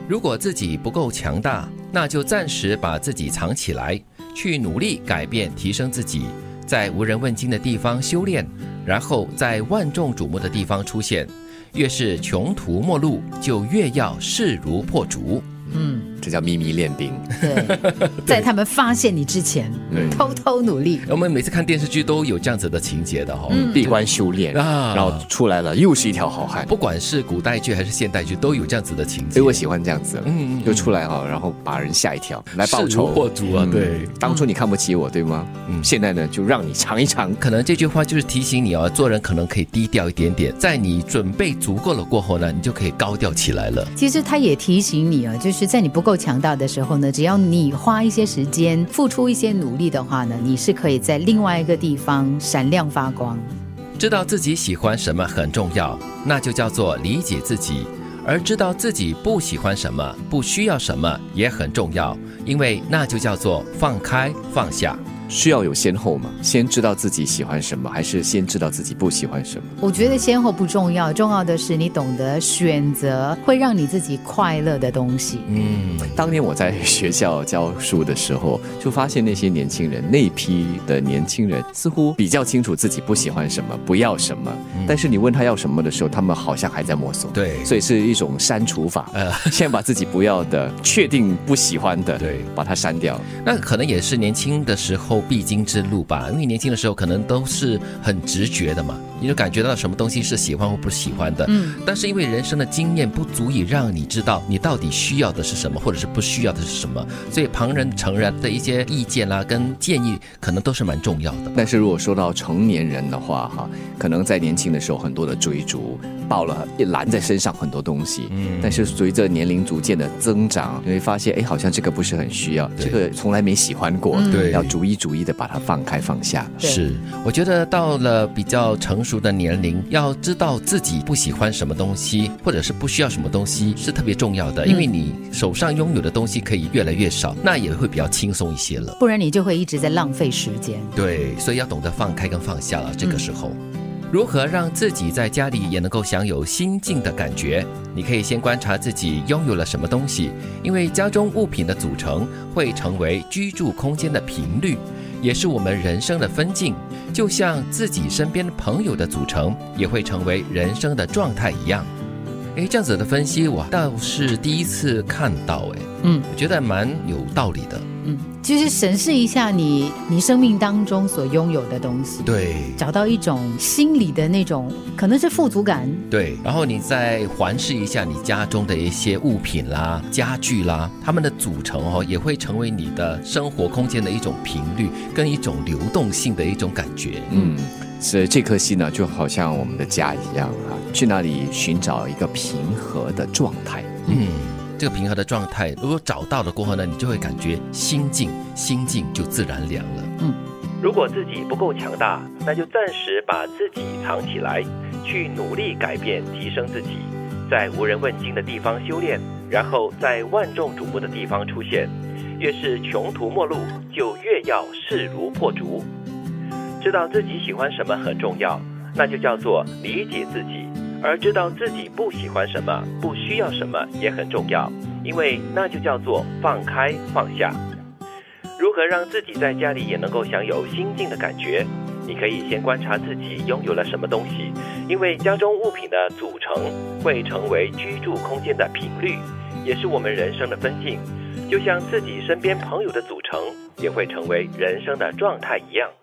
如果自己不够强大，那就暂时把自己藏起来，去努力改变提升自己，在无人问津的地方修炼，然后在万众瞩目的地方出现。越是穷途末路，就越要势如破竹。 这叫秘密练兵。 对，在他们发现你之前，偷偷努力。 我们每次看电视剧都有这样子的情节的闭关修炼然后出来了又是一条好汉。 不管是古代剧还是现代剧都有这样子的情节。 所以我喜欢这样子，就出来然后把人吓一跳，来报仇， 势如破竹啊！对， 当初你看不起我，对吗？现在呢，就让你尝一尝。 可能这句话就是提醒你做人可能可以低调一点点，在你准备足够了过后呢，你就可以高调起来了。 其实他也提醒你就是在你不够强大的时候呢，只要你花一些时间，付出一些努力的话呢，你是可以在另外一个地方闪亮发光。 知道自己喜欢什么很重要，那就叫做理解自己；而知道自己不喜欢什么，不需要什么也很重要，因为那就叫做放开放下。 需要有先后吗？先知道自己喜欢什么，还是先知道自己不喜欢什么？ 我觉得先后不重要，重要的是你懂得选择会让你自己快乐的东西。 当年我在学校教书的时候，就发现那些年轻人，那批的年轻人似乎比较清楚自己不喜欢什么，不要什么。但是你问他要什么的时候，他们好像还在摸索。 对， 所以是一种删除法。先把自己不要的、确定不喜欢的， 对， 把它删掉。 那可能也是年轻的时候必经之路吧，因为年轻的时候可能都是很直觉的嘛，你就感觉到什么东西是喜欢或不喜欢的。但是因为人生的经验不足以让你知道你到底需要的是什么，或者是不需要的是什么，所以旁人成人的一些意见啦跟建议可能都是蛮重要的。 但是如果说到成年人的话可能在年轻的时候很多的追逐，抱了揽在身上很多东西，但是随着年龄逐渐的增长，你会发现好像这个不是很需要，这个从来没喜欢过， 对， 要逐一逐一的把它放开放下。 是，我觉得到了比较成熟的年龄，要知道自己不喜欢什么东西，或者是不需要什么东西是特别重要的，因为你手上拥有的东西可以越来越少，那也会比较轻松一些了， 不然你就会一直在浪费时间。 对，所以要懂得放开跟放下了。这个时候如何让自己在家里也能够享有心境的感觉？你可以先观察自己拥有了什么东西，因为家中物品的组成会成为居住空间的频率，也是我们人生的分境，就像自己身边朋友的组成也会成为人生的状态一样。这样子的分析我倒是第一次看到，我觉得蛮有道理的。 就是审视一下你生命当中所拥有的东西， 对， 找到一种心理的那种可能是富足感， 对，然后你再环视一下你家中的一些物品啦、家具啦，它们的组成也会成为你的生活空间的一种频率跟一种流动性的一种感觉。 所以这颗心呢，就好像我们的家一样去那里寻找一个平和的状态。 这个平和的状态如果找到了过后呢，你就会感觉心静就自然凉了。如果自己不够强大，那就暂时把自己藏起来，去努力改变提升自己，在无人问津的地方修炼，然后在万众瞩目的地方出现。越是穷途末路，就越要势如破竹。知道自己喜欢什么很重要，那就叫做理解自己；而知道自己不喜欢什么，不需要什么也很重要，因为那就叫做放开放下。如何让自己在家里也能够享有心境的感觉？你可以先观察自己拥有了什么东西，因为家中物品的组成会成为居住空间的频率，也是我们人生的分境，就像自己身边朋友的组成也会成为人生的状态一样。